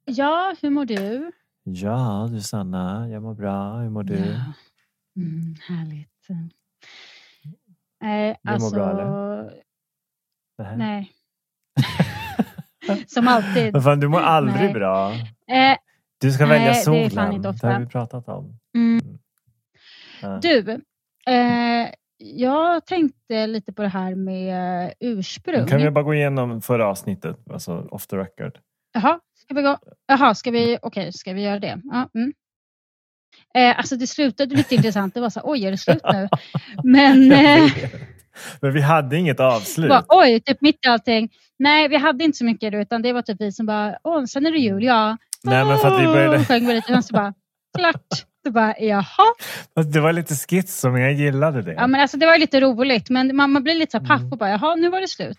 Ja, hur mår du? Ja, du Sanna, jag mår bra. Hur mår du? Ja. Härligt. Du mår bra, eller? Nej. Som alltid. Men fan, du mår aldrig Nej. bra. Du ska välja solen. Det är fan inte ofta. Det har vi pratat om. Ja. Du, jag tänkte lite på det här med ursprung. Kan vi bara gå igenom förra avsnittet, alltså off the record? Jaha, ska vi gå? Jaha, ska vi göra det? Ja, alltså det slutade lite intressant. Det var så, oj, är det slut nu? Men vi hade inget avslut. Bara, oj, typ mitt i allting. Nej, vi hade inte så mycket utan det var typ vi som bara, sen är det jul, ja. Nej, men för att vi började... Sjöng vi lite, och så bara, klart. Så bara, jaha. Det var lite skits som jag gillade det. Ja, men alltså det var lite roligt. Men man blir lite så paff och bara, jaha, nu var det slut.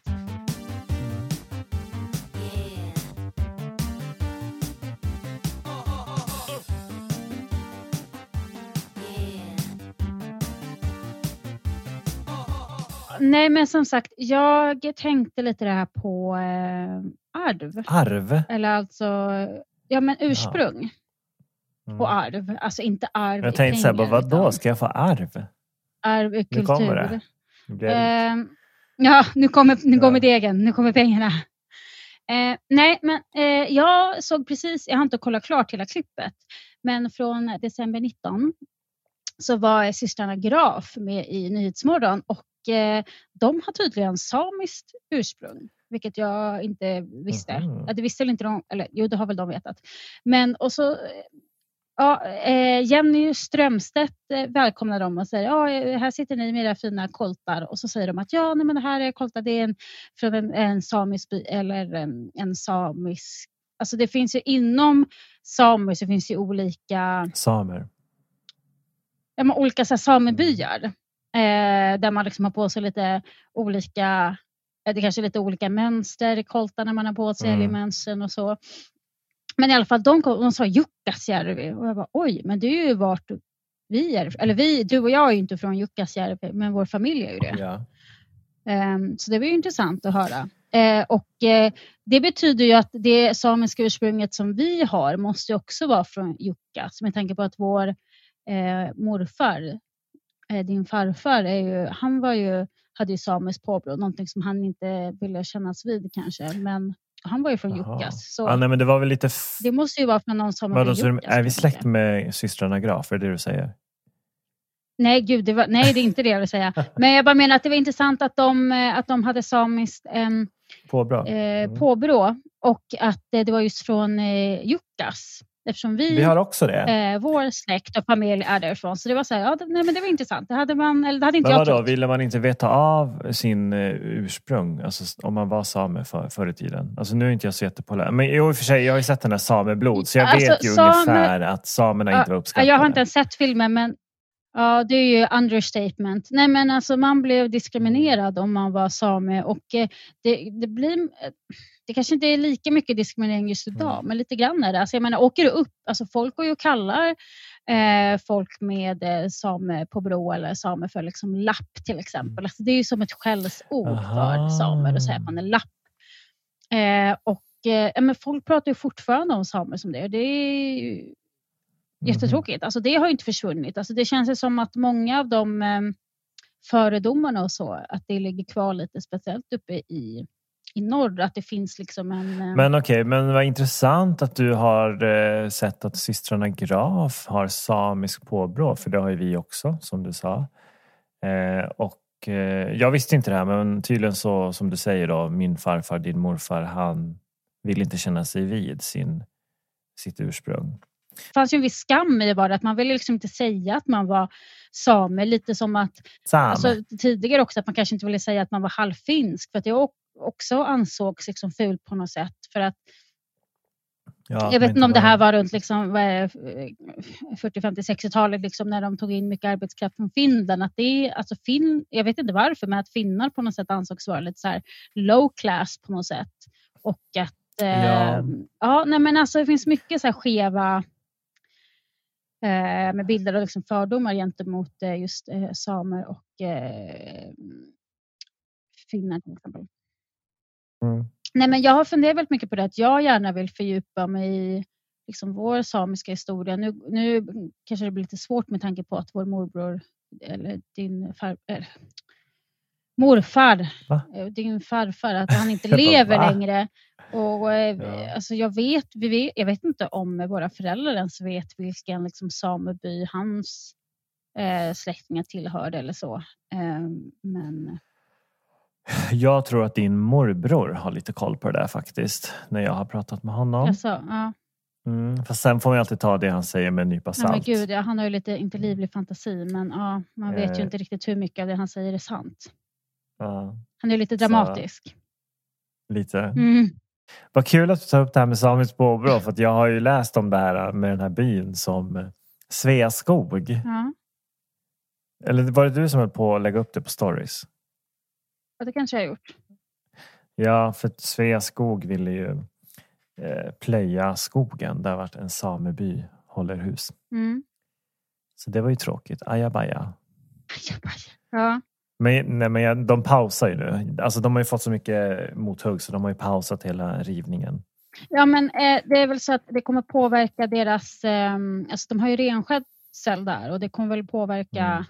Nej, men som sagt, jag tänkte lite det här på arv. Arv? Eller alltså, ja men ursprung. Och arv. Alltså inte arv. Jag tänkte såhär, vadå? Ska jag få arv? Arv är kultur. Nu kommer det. Ja, nu kommer degen. Nu kommer pengarna. Nej, men jag såg precis, jag har inte kollat klart hela klippet. Men från december 19 så var systrarna Graf med i Nyhetsmorgon. Och de har tydligen samiskt ursprung. Vilket jag inte visste. Det visste väl inte de, eller jo, det har väl de vetat. Men och så... Ja, Jenny Strömstedt välkomnar dem och säger, ja, här sitter ni med era fina koltar. Och så säger de att ja, nej, men det här är koltar, det är från en samisk by eller en samisk. Alltså det finns ju inom samer så finns ju olika samer. Ja, men olika så här, samebyar. Där man liksom har på sig lite olika, det kanske är lite olika mönster i koltarna man har på sig eller i mönstren och så. Men i alla fall, de sa Jukkasjärvi. Och jag bara, oj, men det är ju vart vi är. Eller du och jag är ju inte från Jukkasjärvi, men vår familj är ju det. Ja. Så det var ju intressant att höra. Och det betyder ju att det samiska ursprunget som vi har måste också vara från Jukkas. Med tanke på att vår morfar, din farfar, hade ju samiskt påbrå. Någonting som han inte ville kännas vid kanske, men... Han var ju från Jukkas. Så nej, men det var väl lite... Det måste ju vara från någon som är från Jukkas. Är vi släkt med systrarna Graf? Är det du säger? Nej, gud. Det är inte det jag vill säga. Men jag bara menar att det var intressant att de hade samiskt påbrå. Och att det var just från Jukkas. Eftersom vi har också det. Vår släkt och familj är därifrån. Så det var så här, men det var intressant. Det hade inte jag trott. Ville man inte veta av sin ursprung? Alltså om man var same förr i tiden. Alltså nu är inte jag så jättepolär. Men i och för sig, jag har ju sett den här Sameblod. Så jag vet ju ungefär att samerna inte var uppskattade. Jag har inte ens sett filmen, men ja, det är ju understatement. Nej, men alltså man blev diskriminerad om man var same. Och det kanske inte är lika mycket diskriminering just idag, men lite grann är det. Alltså jag menar, åker du upp, alltså folk går ju och kallar folk med same på bro eller same för liksom lapp till exempel. Alltså det är ju som ett skällsord för samer och säga att man är lapp. Men folk pratar ju fortfarande om samer som det. Det är ju jättetråkigt. Alltså det har ju inte försvunnit. Alltså det känns ju som att många av de föredomarna och så, att det ligger kvar lite speciellt uppe i norr, att det finns liksom en... Men okej, men vad intressant att du har sett att systrarna Graf har samisk påbrå, för det har ju vi också, som du sa. Jag visste inte det här, men tydligen så, som du säger då, min farfar, din morfar, han vill inte känna sig vid sitt ursprung. Det fanns ju en viss skam i bara att man ville liksom inte säga att man var same, lite som att alltså, tidigare också att man kanske inte ville säga att man var halvfinsk, för att det också ansågs liksom fult på något sätt, för att jag vet inte om det här var runt liksom 40, 50, 60-talet liksom, när de tog in mycket arbetskraft från Finland, att det alltså jag vet inte varför, men att finnar på något sätt ansågs vara lite så här low class på något sätt, och att nej men alltså det finns mycket så här skeva med bilder och liksom fördomar gentemot just samer och finnar till exempel. Nej, men jag har funderat väldigt mycket på det, att jag gärna vill fördjupa mig i liksom vår samiska historia. Nu kanske det blir lite svårt med tanke på att vår morbror eller din morfar, din farfar, att han inte lever längre. Och alltså jag vet inte om våra föräldrar ens vet vilken liksom sameby hans släktingar tillhörde eller så. Men jag tror att din morbror har lite koll på det där faktiskt, när jag har pratat med honom. Alltså, ja. Fast sen får man alltid ta det han säger med en nypa salt. Men gud, han har ju lite inte livlig fantasi, men ja, man vet ju inte riktigt hur mycket av det han säger är sant. Han är lite dramatisk. Så, lite. Vad kul att du tar upp det här med samiskt påbrå, för att jag har ju läst om det här med den här byn som Sveaskog. Ja. Eller var det du som höll på att lägga upp det på stories? Ja, det kanske jag har gjort. Ja, för Sveaskog ville ju plöja skogen där vart en sameby håller hus. Så det var ju tråkigt. Ajabaja. Ja. Men de pausar ju nu. Alltså de har ju fått så mycket mothugg, så de har ju pausat hela rivningen. Ja, men det är väl så att det kommer påverka deras... alltså de har ju renskötsel där, och det kommer väl påverka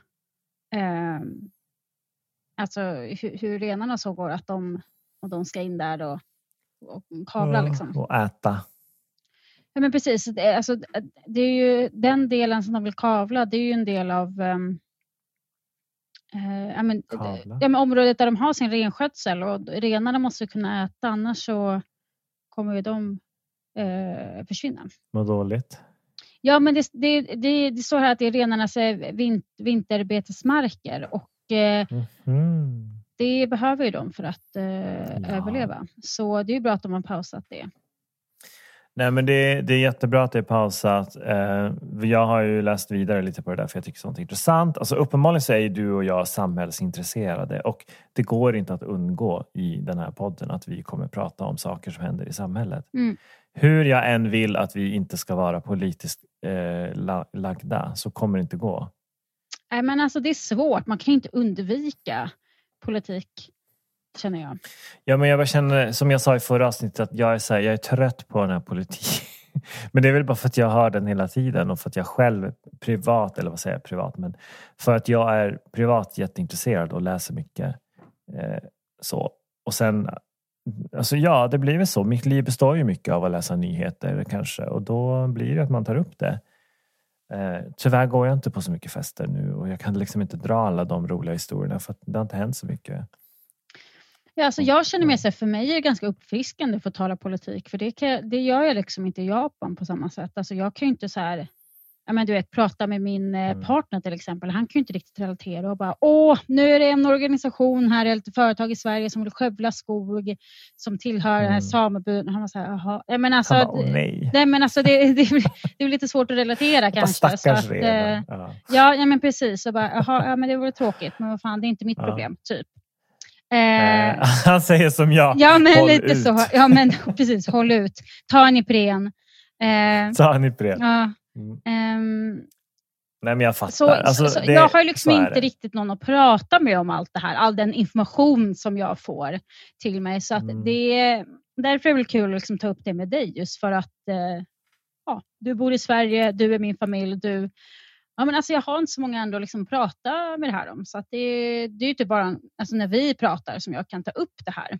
alltså hur renarna så går, att de ska in där och kavla liksom. Och äta. Ja, men precis. Alltså, det är ju den delen som de vill kavla, det är ju en del av området där de har sin renskötsel, och renarna måste kunna äta, annars så kommer ju de försvinna. Vad dåligt. Ja, men det står här att det är renarnas vinterbetesmarker, och det behöver ju de för att överleva. Så det är ju bra att de har pausat det. Nej, men det är jättebra att det är pausat. Jag har ju läst vidare lite på det där, för jag tycker sånt är intressant. Alltså uppenbarligen så är du och jag samhällsintresserade, och det går inte att undgå i den här podden att vi kommer prata om saker som händer i samhället. Hur jag än vill att vi inte ska vara politiskt lagda, så kommer det inte gå. Nej, men alltså det är svårt. Man kan ju inte undvika politik, känner jag. Ja, men jag bara känner, som jag sa i förra avsnittet, att jag är trött på den här politiken. Men det är väl bara för att jag hör den hela tiden, och för att jag själv men för att jag är privat jätteintresserad och läser mycket. Så. Och sen, alltså ja, det blir väl så. Mitt liv består ju mycket av att läsa nyheter kanske, och då blir det att man tar upp det. Tyvärr går jag inte på så mycket fester nu, och jag kan liksom inte dra alla de roliga historierna, för att det har inte hänt så mycket. Ja, alltså jag känner mig så, för mig är det ganska uppfriskande för att tala politik, för det gör jag liksom inte i Japan på samma sätt. Alltså jag kan ju inte så här, prata med min partner till exempel. Han kan ju inte riktigt relatera och bara, nu är det en organisation här, ett företag i Sverige som vill skövla skog som tillhör den här samebyn. Han var så här, jaha. Men alltså, nej, men alltså det är lite svårt att relatera kanske. Så att, ja, men precis. Så bara, jaha, men det vore tråkigt, men vad fan, det är inte mitt problem, typ. Han säger som jag. Ja, men håll lite ut. Så. Ja, men precis, håll ut. Ta en Ipren. Ta en Ipren. Ja. Nej, men jag fattar. Så jag har liksom inte riktigt någon att prata med om allt det här. All den information som jag får till mig. Så att därför är det väl kul att liksom ta upp det med dig. Just för att du bor i Sverige, du är min familj, men alltså jag har inte så många ändå liksom prata med det här om. Så att det är ju typ bara när vi pratar som jag kan ta upp det här.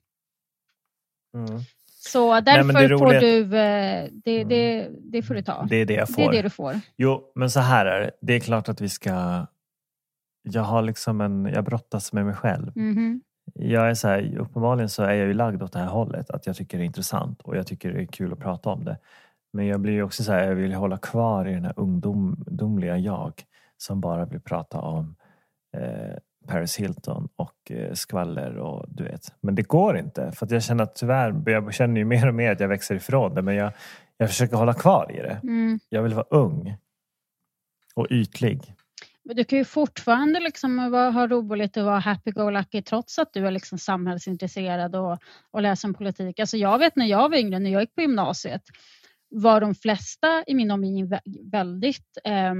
Så därför får du det får du ta. Det är det jag får. Det är det du får. Jo, men så här är det. Det är klart att vi ska... Jag har liksom jag brottas med mig själv. Jag är så här, uppenbarligen så är jag ju lagd åt det här hållet. Att jag tycker det är intressant, och jag tycker det är kul att prata om det. Men jag blir ju också så här, jag vill hålla kvar i den här ungdomliga jag som bara vill prata om Paris Hilton och skvaller och du vet. Men det går inte, för att jag känner att tyvärr, jag känner ju mer och mer att jag växer ifrån det, men jag försöker hålla kvar i det. Jag vill vara ung och ytlig. Men du kan ju fortfarande liksom ha roligt och vara happy-go-lucky trots att du är liksom samhällsintresserad och läser om politik. Alltså jag vet när jag var yngre, när jag gick på gymnasiet, var de flesta i min omgivning väldigt...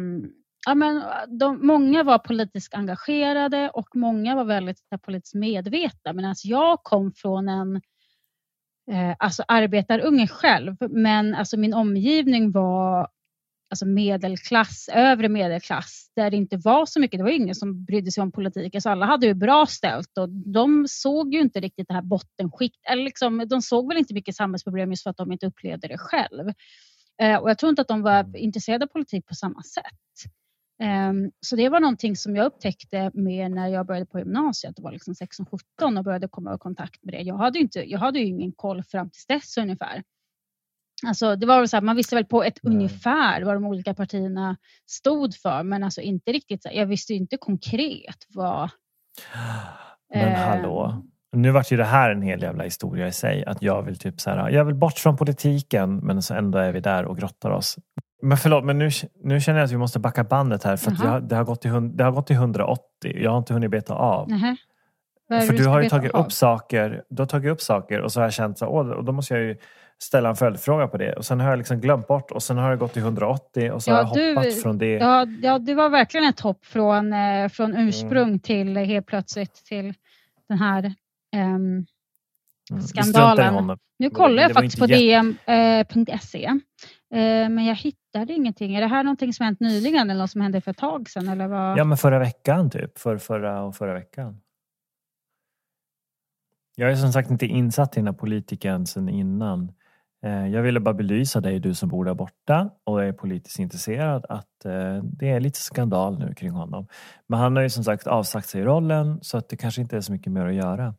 många var politiskt engagerade och många var väldigt politiskt medvetna. Men alltså jag kom från alltså arbetarunge själv. Men alltså min omgivning var alltså medelklass, övre medelklass, där det inte var så mycket, det var ingen som brydde sig om politik. Alltså alla hade ju bra ställt och de såg ju inte riktigt det här bottenskikt, eller liksom, de såg väl inte mycket samhällsproblem just för att de inte upplevde det själv. Och jag tror inte att de var intresserade av politik på samma sätt. Så det var någonting som jag upptäckte med när jag började på gymnasiet. Det var liksom 16-17 och började komma i kontakt med det. Jag hade ju ingen koll fram till dess ungefär. Alltså det var väl så här, man visste väl på ett ungefär vad de olika partierna stod för, men alltså inte riktigt så här, jag visste ju inte konkret vad. Men hallå. Nu var ju det här en hel jävla historia i sig, att jag vill typ så här, jag vill bort från politiken, men så ändå är vi där och grottar oss. Men förlåt, men nu känner jag att vi måste backa bandet här, för att det har gått till 180. Jag har inte hunnit beta av. För du har ju tagit upp saker och så har jag känt så, och då måste jag ju ställa en följdfråga på det. Och sen har jag liksom glömt bort, och sen har det gått till 180 och så har jag hoppat från det. Ja, det var verkligen ett hopp från ursprung till helt plötsligt till den här skandalen. Nu kollar jag faktiskt på dm.se. Men jag hittade ingenting. Är det här någonting som hänt nyligen eller något som hände för ett tag sedan? Eller vad? Ja, men förra veckan typ. Förra veckan. Jag är som sagt inte insatt i den här politiken sedan innan. Jag ville bara belysa dig, du som bor där borta och är politiskt intresserad, att det är lite skandal nu kring honom. Men han har ju som sagt avsagt sig rollen, så att det kanske inte är så mycket mer att göra.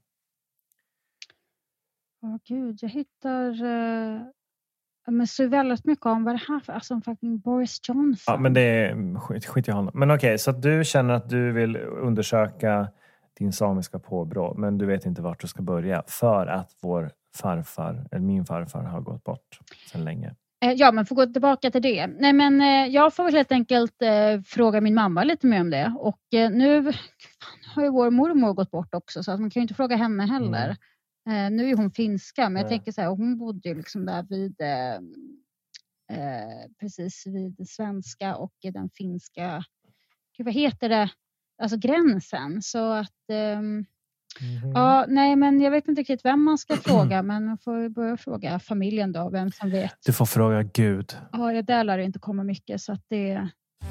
Gud, jag hittar men så väldigt mycket om vad det här för, alltså om fucking Boris Johnson. Ja, men det är skit i honom. Men okej, så att du känner att du vill undersöka din samiska påbrå, men du vet inte vart du ska börja, för att min farfar har gått bort sedan länge. Ja, men får gå tillbaka till det. Nej, men jag får väl helt enkelt fråga min mamma lite mer om det. Och nu har ju vår mormor gått bort också, så att man kan ju inte fråga henne heller. Nu är hon finska, men jag tänker så här, hon bodde ju liksom där vid precis vid svenska och den finska, vad heter det? Alltså gränsen, så att ja, nej, men jag vet inte riktigt vem man ska fråga, men man får börja fråga familjen då, vem som vet. Du får fråga Gud. Ja, det där lär det inte komma mycket, så att det.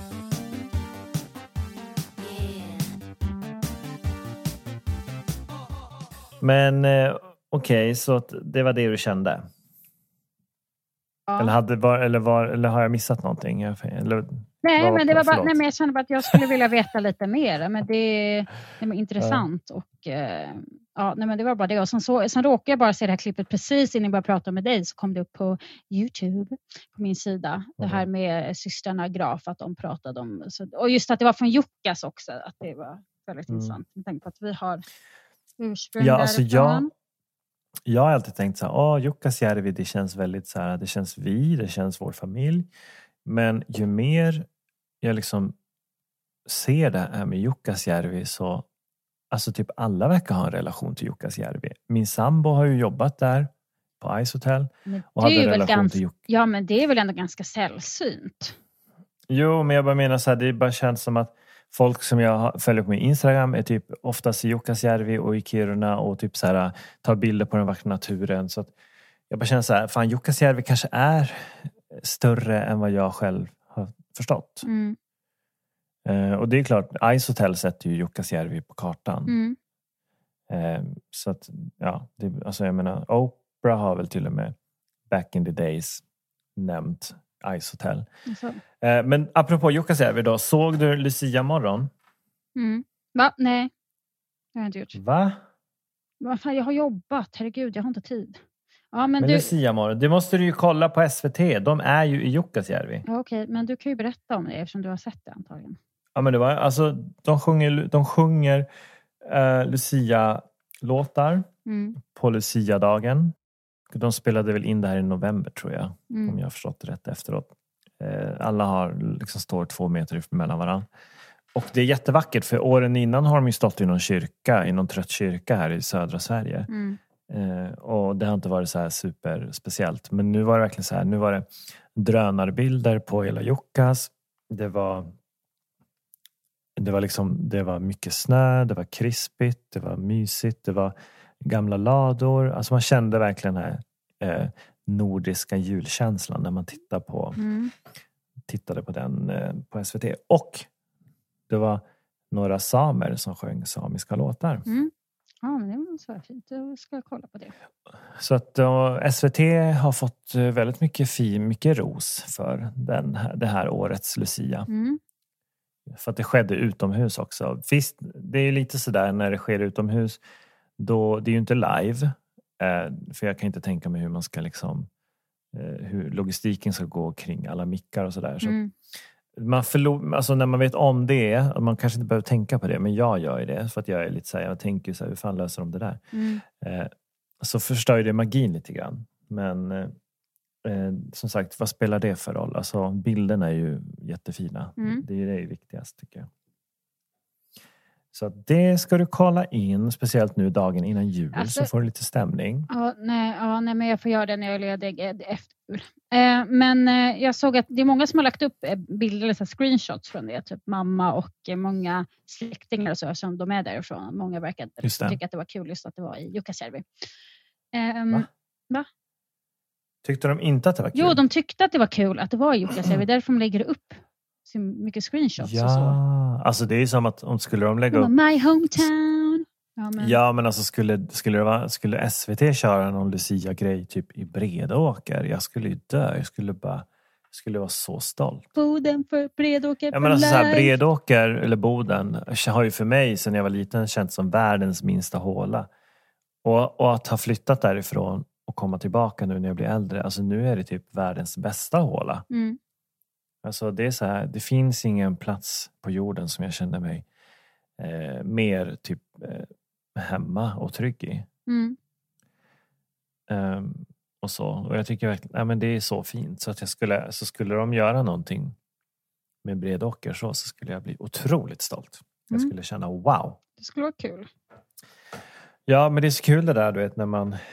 Men okej, så att det var det du kände. Ja. Eller har jag missat någonting? Nej, men det var bara, men jag kände bara att jag skulle vilja veta lite mer. Men det är intressant. Ja. Och ja, nej, men det var bara det. Och sen råkade jag bara se det här klippet precis innan jag började prata med dig, så kom det upp på YouTube på min sida. Det här med systrarna Graf, att de pratade om, och just att det var från Jukkas också, att det var väldigt intressant. Jag tänkte på att vi har ursprung därifrån. Jag har alltid tänkt så här, Jukkasjärvi, det känns väldigt så här, det känns vår familj. Men ju mer jag liksom ser det här med Jukkasjärvi, så alltså typ alla verkar ha en relation till Jukkasjärvi. Min sambo har ju jobbat där på Ice Hotel och hade en relation till Jukkasjärvi. Ja, men det är väl ändå ganska sällsynt. Jo, men jag bara menar så här, det bara känns som att folk som jag följer på min Instagram är typ oftast i Jukkasjärvi och i Kiruna och typ så här tar bilder på den vackra naturen. Så att jag bara känner så här, fan, Jukkasjärvi kanske är större än vad jag själv har förstått. Och det är klart, Ice Hotel sätter ju Jukkasjärvi på kartan. Så att, ja, alltså jag menar, Oprah har väl till och med back in the days nämnt Ice Hotel. Men apropå Jukkasjärvi då, såg du Lucia morgon? Va? Nej, det har jag inte gjort. Va? Vad fan, jag har jobbat, herregud, jag har inte tid. Ja, men Lucia morgon, det måste du ju kolla på SVT. De är ju i Jukkasjärvi. Ja, okej, men du kan ju berätta om det eftersom du har sett det antagligen. Ja, men det var alltså, de sjunger Lucia-låtar på Lucia-dagen. De spelade väl in det här i november, tror jag. Om jag har förstått det rätt efteråt. Alla har liksom står 2 meter mellan varandra. Och det är jättevackert, för åren innan har de ju stått i någon kyrka, i någon trött kyrka här i södra Sverige. Och det har inte varit så här super speciellt. Men nu var det verkligen så här, nu var det drönarbilder på hela Jukkas. Det var mycket snö, det var krispigt, det var mysigt, det var gamla lador. Alltså man kände verkligen den här nordiska julkänslan när man tittade på den på SVT. Och det var några samer som sjöng samiska låtar. Ja, men det var så fint. Jag ska kolla på det. Så att SVT har fått väldigt mycket ros för det här årets Lucia. För att det skedde utomhus också. Visst, det är lite sådär när det sker utomhus. Då, det är ju inte live. För jag kan inte tänka mig hur man ska liksom... hur logistiken ska gå kring alla mickar och sådär. Så man alltså när man vet om det, man kanske inte behöver tänka på det, men jag gör ju det för att jag är lite så här, jag tänker så här, hur fan löser de det där? Så förstör ju det magin lite grann. Men som sagt, vad spelar det för roll? Alltså bilderna är ju jättefina. Det är ju det viktigast tycker jag. Så det ska du kolla in, speciellt nu dagen innan jul, alltså, så får du lite stämning. Nej, men jag får göra det när jag är ledig efter jul. Men jag såg att det är många som har lagt upp bilder, eller screenshots från det. Typ mamma och många släktingar och så, som de är därifrån. Många verkar tycka att det var kul just att det var i Jukkasjärvi. Va? Tyckte de inte att det var kul? Jo, de tyckte att det var kul att det var i Jukkasjärvi. Därför de lägger upp så mycket screenshots och så. Alltså det är ju som att om skulle de lägga upp... My hometown. Ja, men alltså skulle SVT köra någon Lucia-grej typ i Bredåker, jag skulle ju dö. Jag skulle vara så stolt. Boden för Bredåker. Ja, men alltså så här, Bredåker eller Boden har ju för mig sedan jag var liten känt som världens minsta håla. Och att ha flyttat därifrån och komma tillbaka nu när jag blir äldre. Alltså nu är det typ världens bästa håla. Alltså det är så här, det finns ingen plats på jorden som jag känner mig mer typ hemma och trygg i. Och så. Och jag tycker verkligen, men det är så fint. Så att skulle de göra någonting med Bredåker så skulle jag bli otroligt stolt. Jag skulle känna wow. Det skulle vara kul. Ja, men det är så kul det där, du vet, när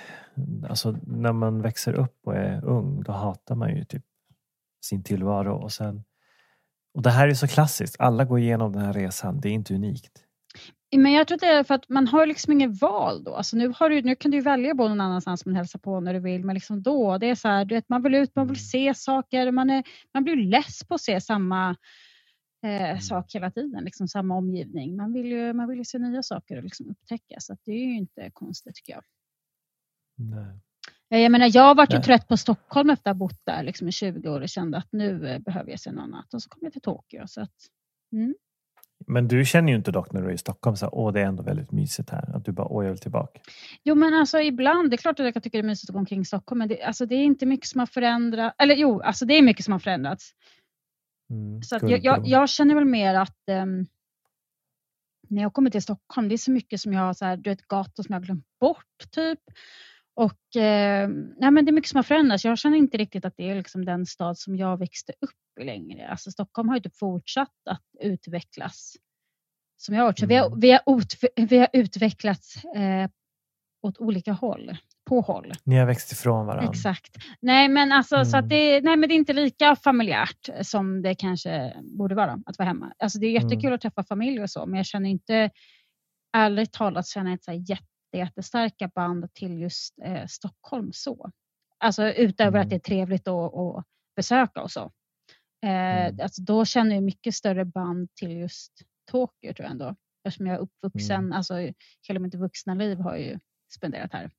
man växer upp och är ung, då hatar man ju typ sin tillvaro och det här är så klassiskt. Alla går igenom den här resan. Det är inte unikt. Men jag tror att det är för att man har liksom inget val då. Alltså nu kan du ju välja bo någon annanstans man hälsar på när du vill. Men liksom då, det är så här, du vet, man vill ut, man vill se saker. Man blir less på att se samma sak hela tiden. Liksom samma omgivning. Man vill ju se nya saker och liksom upptäcka. Så att det är ju inte konstigt tycker jag. Nej. Jag menar, jag har varit ju trött på Stockholm efter att ha bott där liksom i 20 år och kände att nu behöver jag se något annat. Och så kom jag till Tokyo. Så att, Men du känner ju inte dock när du är i Stockholm så det är ändå väldigt mysigt här. Att du bara, jag vill tillbaka. Jo, men alltså ibland, det är klart att jag kan tycka det är mysigt att gå omkring Stockholm. Men det är inte mycket som har förändrats. Eller jo, alltså det är mycket som har förändrats. Så att jag känner väl mer att när jag kommer till Stockholm, det är så mycket som jag har så här, du vet, gator som jag har glömt bort typ. Och men det är mycket som har förändrats. Jag känner inte riktigt att det är liksom den stad som jag växte upp i längre. Alltså Stockholm har ju typ fortsatt att utvecklas som jag har gjort. Så vi har utvecklats åt olika håll. På håll. Ni har växt ifrån varandra. Exakt. Nej, men alltså så att det är inte lika familjärt som det kanske borde vara att vara hemma. Alltså det är jättekul att träffa familj och så, men jag känner inte, ärligt talat, känner ett så här jättestarka band till just Stockholm så. Alltså utöver att det är trevligt att besöka och så. Alltså då känner jag mycket större band till just Tokyo tror jag ändå. Eftersom jag är uppvuxen, alltså hela mitt vuxna liv har jag ju spenderat här.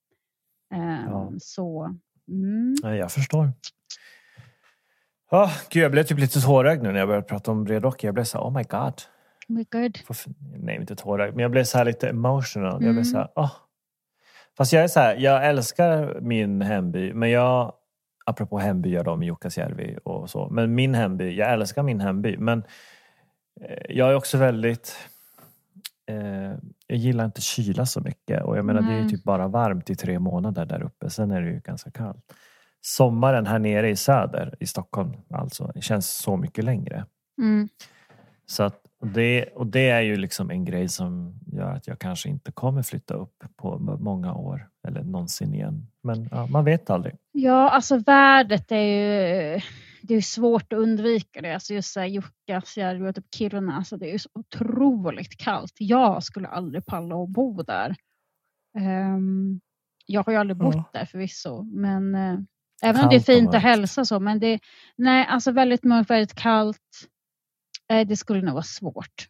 Så. Ja, jag förstår. Gud, jag blev typ lite tårögd nu när jag började prata om Bredåker. Jag blev så här, oh my god. Nej, inte tårögd. Men jag blev så här lite emotional. Jag blev så här, Fast jag är så här, jag älskar min hemby. Men apropå hembyar då med Jukkasjärvi och så. Men min hemby, jag älskar min hemby. Men jag är också väldigt... jag gillar inte kyla så mycket. Och jag menar, det är ju typ bara varmt i 3 månader där uppe. Sen är det ju ganska kallt. Sommaren här nere i söder, i Stockholm alltså, känns så mycket längre. Så att det är ju liksom en grej som gör att jag kanske inte kommer flytta upp på många år. Eller någonsin igen. Men man vet aldrig. Ja, alltså vädret är ju... Det är svårt att undvika det. Alltså just såhär Jukkasjärvi och typ Kiruna. Alltså det är ju så otroligt kallt. Jag skulle aldrig palla att bo där. Jag har ju aldrig bott där förvisso. Men även om det är fint att hälsa så. Men det, nej, alltså väldigt mörkt, väldigt kallt. Det skulle nog vara svårt.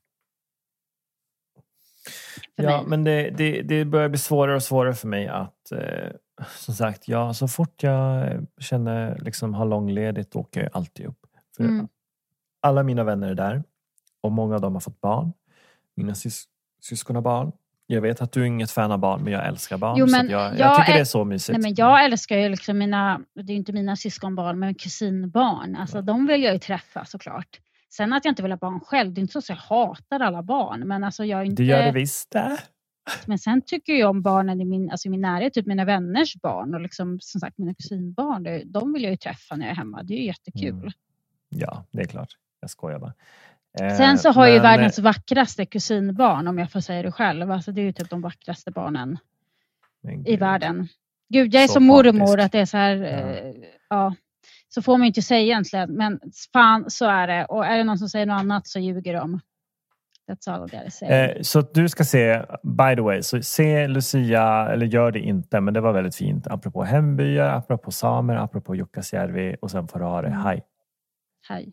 Ja, men det börjar bli svårare och svårare för mig att som sagt, så fort jag känner liksom har långledigt åker jag alltid upp. För alla mina vänner är där och många av dem har fått barn. Mina syskon har barn. Jag vet att du är inget fan av barn, men jag älskar barn. Jo, men så jag tycker det är så mysigt. Nej, men jag älskar ju liksom det är ju inte mina syskonbarn, men kusinbarn. Alltså de vill jag ju träffa såklart. Sen att jag inte vill ha barn själv, det är inte så att jag hatar alla barn. Men alltså jag är inte... Det gör det visst det. Men sen tycker jag om barnen i min närhet, typ mina vänners barn och liksom, som sagt mina kusinbarn. De vill jag ju träffa när jag är hemma, det är ju jättekul. Ja, det är klart. Jag skojar bara. Sen så har jag ju världens vackraste kusinbarn, om jag får säga det själv. Alltså det är ju typ de vackraste barnen i världen. Gud, jag är så mormor att det är så här... Ja. Så får man ju inte säga egentligen. Men fan, så är det. Och är det någon som säger något annat så ljuger de. That's all I gotta say. Så du ska se, by the way, så se Lucia, eller gör det inte, men det var väldigt fint. Apropå hembyar, apropå samer, apropå Jukkasjärvi, och sen får du ha det. Hej.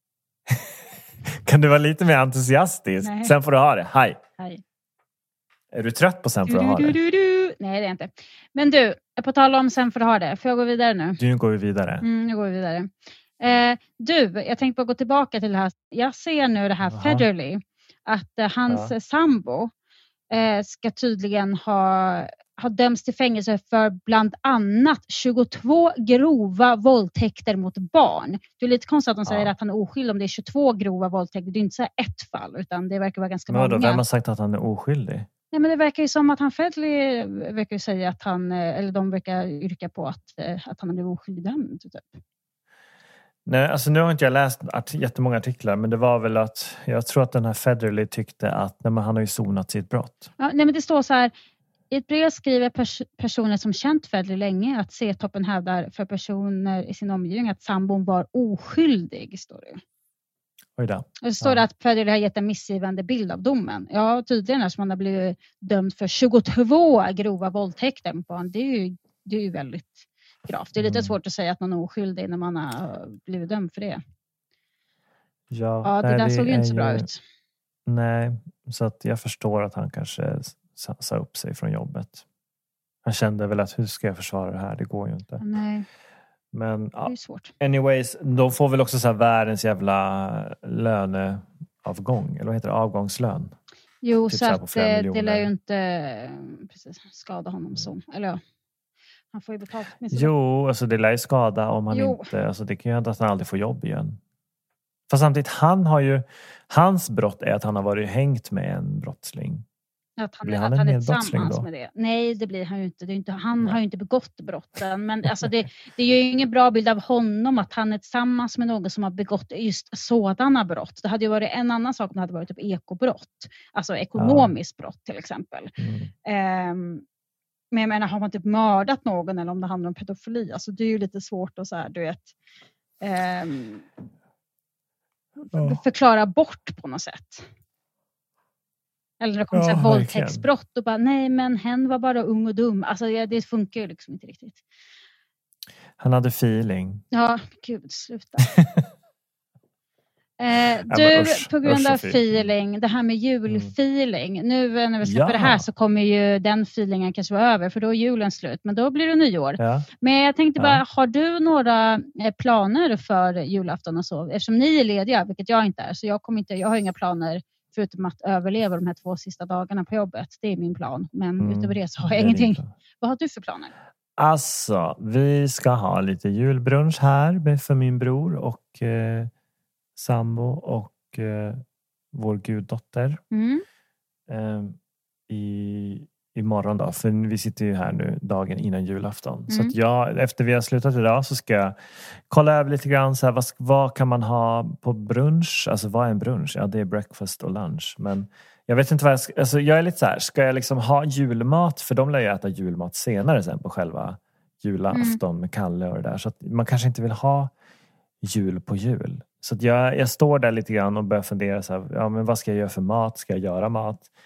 Kan du vara lite mer entusiastisk? Nej. Sen får du ha det. Hej. Är du trött på sen får du ha det? Nej, det är inte. Men du, på tal om sen får du ha det. Får jag gå vidare nu? Nu går vi vidare. Nu går vi vidare. Du, jag tänkte bara gå tillbaka till det här. Jag ser nu det här Federley. Att hans sambo ska tydligen ha dömts till fängelse för bland annat 22 grova våldtäkter mot barn. Det är lite konstigt att de säger att han är oskyldig om det är 22 grova våldtäkter. Det är inte så ett fall, utan det verkar vara ganska många. Vem har sagt att han är oskyldig? Nej, men det verkar ju som att han Federley verkar ju säga att han, eller de verkar yrka på att han är oskyldig dömd typ. Nej, alltså nu har inte jag läst jättemånga artiklar, men det var väl att jag tror att den här Federley tyckte att han har ju sonat sitt brott. Ja, nej, men det står så här: i ett brev skriver personer som känt Federley länge att C-toppen hävdar för personer i sin omgivning att sambon var oskyldig, står det. Oj då. Och det står det att Federley har gett en missgivande bild av domen. Ja, tydligen eftersom han har blivit dömd för 22 grova våldtäkter mot barn. Det är ju väldigt gravt. Det är lite svårt att säga att någon är oskyldig när man har blivit dömd för det. Ja, det där såg ju inte så bra ut. Nej, så att jag förstår att han kanske sa upp sig från jobbet. Han kände väl att hur ska jag försvara det här? Det går ju inte. Nej. Men det är svårt. Anyways, de får väl också så här världens jävla löneavgång. Eller vad heter det? Avgångslön. Jo, typ så att det lär ju inte skada honom så. Eller ja. Han får ju betalt. Jo, alltså det lär ju skada om han inte... Alltså det kan ju hända att han aldrig får jobb igen. Fast samtidigt, hans brott är att han har varit hängt med en brottsling. Att han är tillsammans med det. Nej, det blir han ju inte. Han har ju inte begått brotten. Men alltså det är ju ingen bra bild av honom att han är tillsammans med någon som har begått just sådana brott. Det hade ju varit en annan sak om det hade varit typ ekobrott. Alltså ekonomiskt brott till exempel. Men jag menar, har man typ mördat någon eller om det handlar om pedofili. Alltså det är ju lite svårt att så här, du vet... förklara bort på något sätt. Eller när det kommer till våldtäktsbrott och bara, nej men hen var bara ung och dum. Alltså det funkar ju liksom inte riktigt. Han hade feeling. Ja, gud, sluta. På grund av feeling, det här med julfeeling. Nu när vi släpper det här så kommer ju den feelingen kanske vara över. För då är julen slut, men då blir det nyår. Ja. Men jag tänkte bara, har du några planer för julafton och så? Eftersom ni är lediga, vilket jag inte är. Så jag har inga planer förutom att överleva de här 2 sista dagarna på jobbet. Det är min plan, men utöver det så har jag ingenting. Vad har du för planer? Alltså, vi ska ha lite julbrunch här för min bror och sambo och vår guddotter imorgon då, för vi sitter ju här nu dagen innan julafton. Så att efter vi har slutat idag så ska jag kolla över lite grann så här, vad kan man ha på brunch, alltså vad är en brunch? Ja, det är breakfast och lunch, men jag vet inte vad jag är lite så här, ska jag liksom ha julmat, för de lär ju äta julmat senare sen på själva julafton med Kalle och det där, så att man kanske inte vill ha jul på jul. Så att jag står där lite grann och börjar fundera så här, ja men vad ska jag göra för mat? Ska jag göra mat?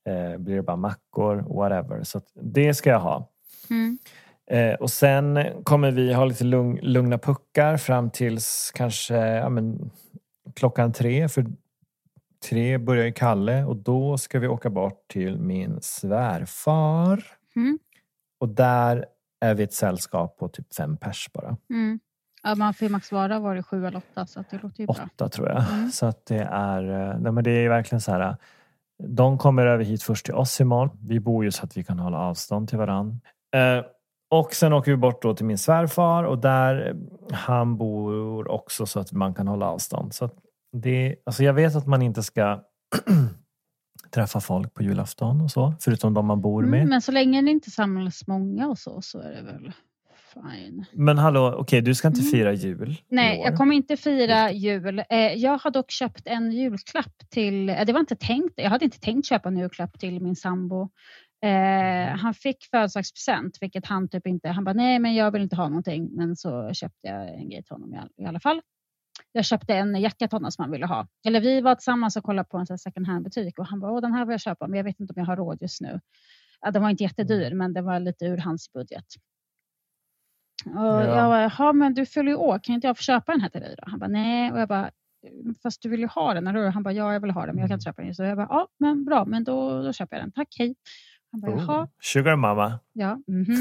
Blir det bara mackor, whatever. Så att det ska jag ha. Och sen kommer vi ha lite lugna puckar fram tills kanske klockan 3. För 3 börjar ju Kalle och då ska vi åka bort till min svärfar. Och där är vi ett sällskap på typ 5 pers bara. Ja, man får max vara, var det 7 eller 8, så att det låter ju bra. 8 tror jag. Så att det är, men det är verkligen så här. De kommer över hit först till oss imorgon. Vi bor ju så att vi kan hålla avstånd till varann. Och sen åker vi bort då till min svärfar och där han bor också så att man kan hålla avstånd. Så att det, alltså jag vet att man inte ska träffa folk på julafton och så, förutom de man bor med. Men så länge det inte samlas många och så är det väl fine. Men hallå, okej, du ska inte fira jul. Nej, jag kommer inte fira jul. Jag har dock köpt en julklapp till, det var inte tänkt, jag hade inte tänkt köpa en julklapp till min sambo. Han fick födelsedagspresent, vilket han typ inte, han bara nej men jag vill inte ha någonting, men så köpte jag en grej till honom i alla fall. Jag köpte en jacka till honom som han ville ha. Eller vi var tillsammans och kollade på en second hand butik och han bara, den här vill jag köpa men jag vet inte om jag har råd just nu. Ja, den var inte jättedyr men det var lite ur hans budget. Och jag bara, men du fyller ju år, kan inte jag få köpa den här till dig då? Han bara, nej. Och jag bara, fast du vill ju ha den, eller? Han bara, ja jag vill ha den men jag kan inte köpa den. Så jag bara, ja men bra, men då köper jag den, tack, hej. Han bara, jaha. Sugar mama. Ja,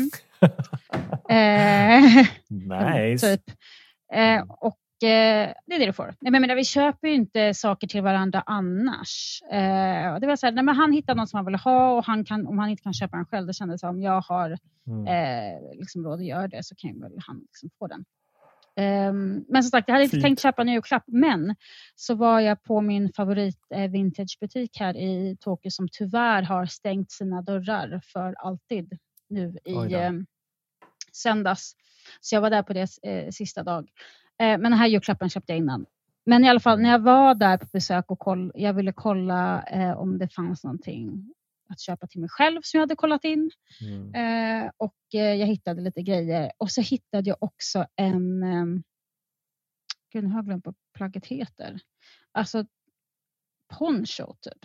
nice. Typ. Och det är det du får. Nej, men vi köper ju inte saker till varandra annars. Det var så här, nej, men han hittade något som han ville ha och om han inte kan köpa den själv, det kändes som om jag har liksom råd att göra det, så kan väl han liksom få den. Men som sagt, jag hade inte tänkt köpa en julklapp, men så var jag på min favorit vintagebutik här i Tokyo som tyvärr har stängt sina dörrar för alltid nu i söndags. Så jag var där på det sista dag. Men den här julklappen köpte jag innan. Men i alla fall när jag var där på besök och jag ville kolla om det fanns någonting att köpa till mig själv som jag hade kollat in. Och jag hittade lite grejer. Och så hittade jag också gud, nu har jag glömt vad plagget heter. Alltså poncho typ.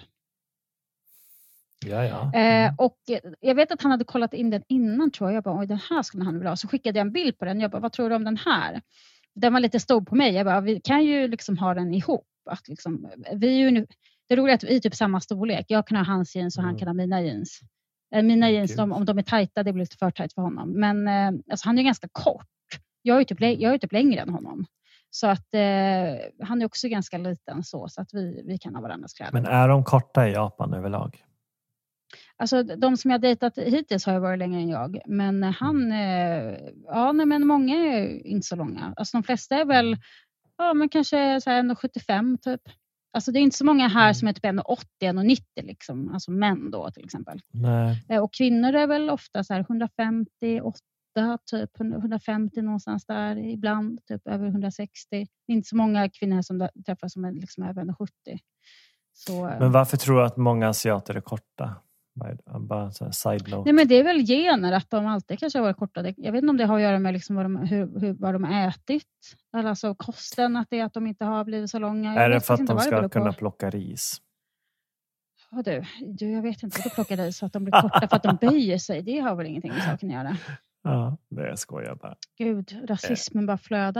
Och jag vet att han hade kollat in den innan, tror jag. Jag bara, oj, den här skulle han vilja ha. Så skickade jag en bild på den. Jag bara, vad tror du om den här? Den var lite stor på mig. Jag bara, vi kan ju liksom ha den ihop. Att liksom, vi är ju nu, det är roligt att vi är typ samma storlek. Jag kan ha hans jeans och han kan ha mina jeans. Mina jeans, om de är tajta, det blir lite för tajt för honom. Men alltså, han är ju ganska kort. Jag är typ längre än honom. Så att han är också ganska liten så att vi kan ha varandras kläder. Men är de korta i Japan överlag? Alltså de som jag dejtat hittills har ju varit längre än jag. Men han, men många är inte så långa. Alltså de flesta är väl, men kanske så här 1,75 typ. Alltså det är inte så många här som är typ 1,80, 1,90 liksom. Alltså män då till exempel. Nej. Och kvinnor är väl ofta så här 158 typ, 150 någonstans där. Ibland typ över 160. Det är inte så många kvinnor som träffas som är liksom över 1,70. Så, men varför tror du att många asiater är korta? Bara så här side note. Nej, men det är väl gener att de alltid kanske har varit korta. Jag vet inte om det har att göra med liksom vad de har ätit. Eller alltså kosten, att det är att de inte har blivit så långa. Är det för att de ska kunna plocka ris? Ja, du, jag vet inte. Att plocka ris så att de blir korta för att de böjer sig. Det har väl ingenting med saken att göra. Ja, det skojar bara. Gud, rasismen bara flödar.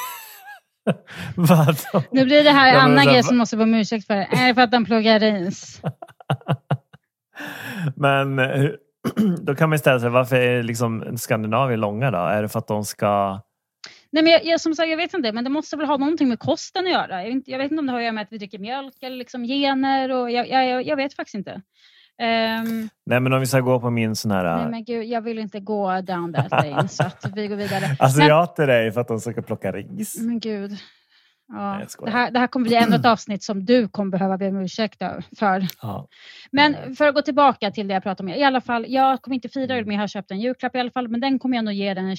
Nu blir det här en annan grej som måste vara med ursäkt för. Är det för att de plockar ris? Men då kan man ställa sig, varför är liksom Skandinavien långa då? Är det för att de ska... Nej, men jag som sagt, jag vet inte, men det måste väl ha någonting med kosten att göra. Jag vet inte om det har att göra med att vi dricker mjölk eller liksom gener, och jag vet faktiskt inte. Nej, men om vi ska gå på min sån här... Nej, men gud, jag vill inte gå down that lane, så att vi går vidare. Asiater är för att de ska plocka ris. Men gud. Ja, det här kommer bli ännu ett avsnitt som du kommer behöva be om ursäkt för. Ja. Men för att gå tillbaka till det jag pratade om. I alla fall, jag kommer inte fira det, men jag har köpt en julklapp i alla fall. Men den kommer jag nog ge den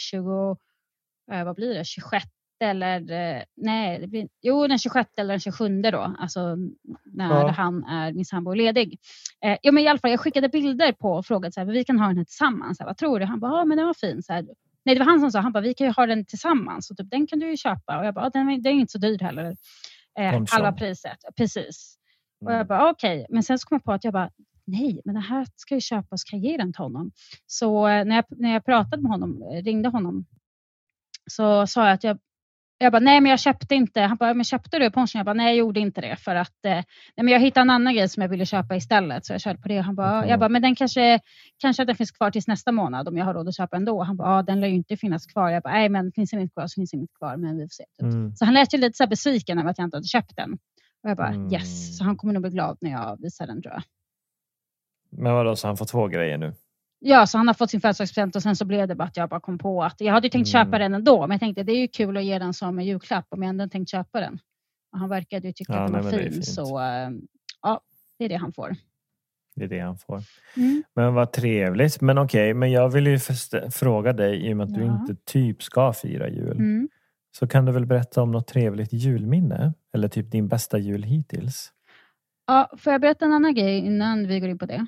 26 eller... Nej, det blir, den 26 eller den 27 då. Alltså när han är min sambo ledig. Men i alla fall, jag skickade bilder på och frågade så här, vi kan ha den här tillsammans. Så här, vad tror du? Han bara, men den var fin. Så här, nej, det var han som sa, han bara, vi kan ju ha den tillsammans. Och typ, den kan du ju köpa. Och jag bara, den är inte så dyr heller. Halva priset, precis. Och jag bara, okej. Men sen så kom jag på att nej, men det här ska jag köpa och ska jag ge den till honom. Så när jag pratade med honom, ringde honom, så sa jag att jag bara, nej men jag köpte inte. Han bara, men köpte du ponchen? Jag bara, nej jag gjorde inte det. För att nej, men jag hittade en annan grej som jag ville köpa istället. Så jag körde på det. Han bara, jag bara, men den kanske att den finns kvar tills nästa månad. Om jag har råd att köpa ändå. Han bara, den lär ju inte finnas kvar. Jag bara, nej men finns den inte kvar så finns den inte kvar. Men vi får se. Typ. Så han lät ju lite så här besviken över att jag inte hade köpt den. Och jag bara, yes. Så han kommer nog bli glad när jag visar den, tror jag. Men vadå, så han får 2 grejer nu? Ja, så han har fått sin födelsedagspresent och sen så blev det bara att jag bara kom på att jag hade ju tänkt köpa den ändå, men jag tänkte det är ju kul att ge den som en julklapp om jag ändå tänkt köpa den. Och han verkade ju tycka att den var fin, så ja, det är det han får. Det är det han får. Men vad trevligt. Men okej, men jag vill ju fråga dig, i och med att du inte typ ska fira jul. Så kan du väl berätta om något trevligt julminne? Eller typ din bästa jul hittills? Ja, får jag berätta en annan grej innan vi går in på det?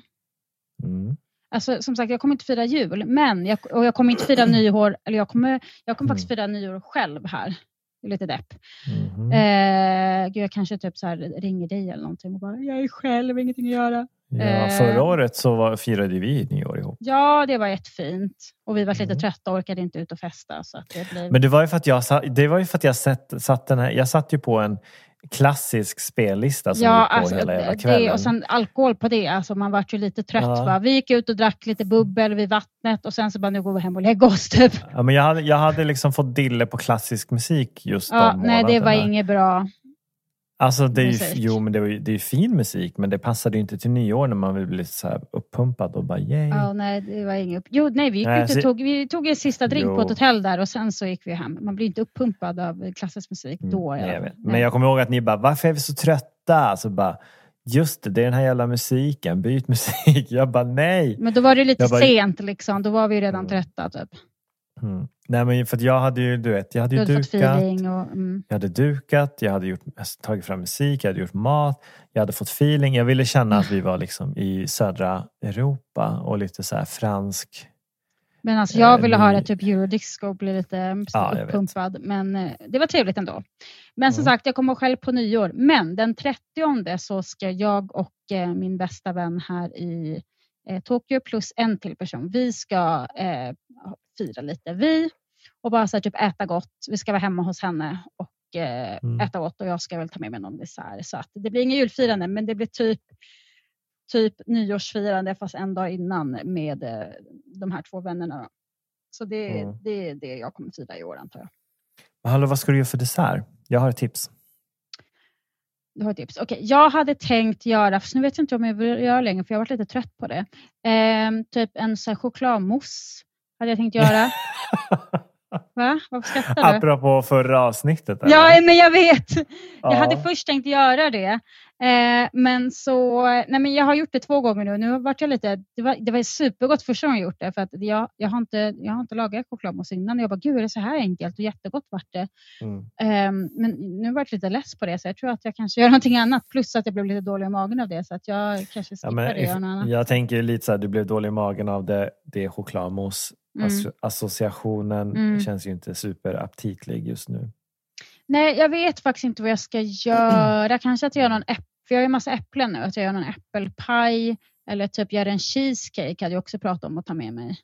Alltså som sagt, jag kommer inte fira jul, men jag kommer inte fira nyår, eller jag kommer faktiskt fira nyår själv här. Det är lite depp. Jag kanske typ så här ringer dig eller någonting och bara, jag är själv, ingenting att göra. Ja, förra året så firade vi nyår ihop. Ja, det var jättefint. Och vi var lite trötta och orkade inte ut och festa. Så att det blev... Men det var ju för att jag satt den här, jag satt ju på en klassisk spellista som gick på hela jävla kvällen. Och sen alkohol på det. Alltså man var ju lite trött. Va? Vi gick ut och drack lite bubbel vid vattnet. Och sen så bara, nu går vi hem och lägger oss typ. Ja, men jag hade liksom fått dille på klassisk musik just de månaderna. Nej, det var inget bra. Alltså det är ju, men det är ju fin musik, men det passade ju inte till nyår när man vill bli så här uppumpad och bara yay. Ja, nej, det var inget. Vi gick ut och vi tog en sista drink på ett hotell där och sen så gick vi hem. Man blir inte uppumpad av klassisk musik då. Jag vet. Men jag kommer ihåg att ni bara, varför är vi så trötta? Alltså bara, just det är den här jävla musiken, byt musik. Jag bara, nej. Men då var det lite sent liksom, då var vi redan trötta typ. Nej, men för att jag hade ju, du vet, jag hade ju dukat. Jag hade dukat, jag hade tagit fram musik, jag hade gjort mat, jag hade fått feeling. Jag ville känna att vi var liksom i södra Europa och lite så här fransk. Men alltså jag ville ha det typ Eurodisco och bli lite uppumpad. Men det var trevligt ändå. Men som sagt, jag kommer själv på nyår. Men den 30:e så ska jag och min bästa vän här i Tokyo plus en till person. Vi ska fira lite. Och bara så här, typ äta gott. Vi ska vara hemma hos henne och äta gott. Och jag ska väl ta med mig någon dessert. Så att det blir ingen julfirande, men det blir typ nyårsfirande fast en dag innan med de här 2 vännerna. Så det är det jag kommer fira i år, antar jag. Hallå, vad ska du göra för dessert? Jag har ett tips. Du har ett tips. Okej, jag hade tänkt göra, för nu vet jag inte om jag vill göra längre för jag har varit lite trött på det. Typ en så här chokladmousse hade jag tänkt göra. Va? Varför skrattar du? Apropå förra avsnittet. Eller? Ja, men jag vet. Jag hade först tänkt göra det. Men så, nej men jag har gjort det 2 gånger nu. Nu har varit jag lite, det var supergott första gången jag gjort det. För att jag har inte lagat chokladmousse innan. Jag bara, gud är det så här enkelt och jättegott vart det. Men nu har jag varit lite less på det. Så jag tror att jag kanske gör någonting annat. Plus att jag blev lite dålig i magen av det. Så att jag kanske skippar det. Jag tänker lite så här, du blev dålig i magen av det chokladmousse. Associationen känns ju inte superaptitlig just nu. Nej, jag vet faktiskt inte vad jag ska göra. Kanske att jag gör någon för jag har ju massa äpplen nu. Att jag gör någon äppelpaj. Eller typ gör en cheesecake. Hade jag också pratat om att ta med mig.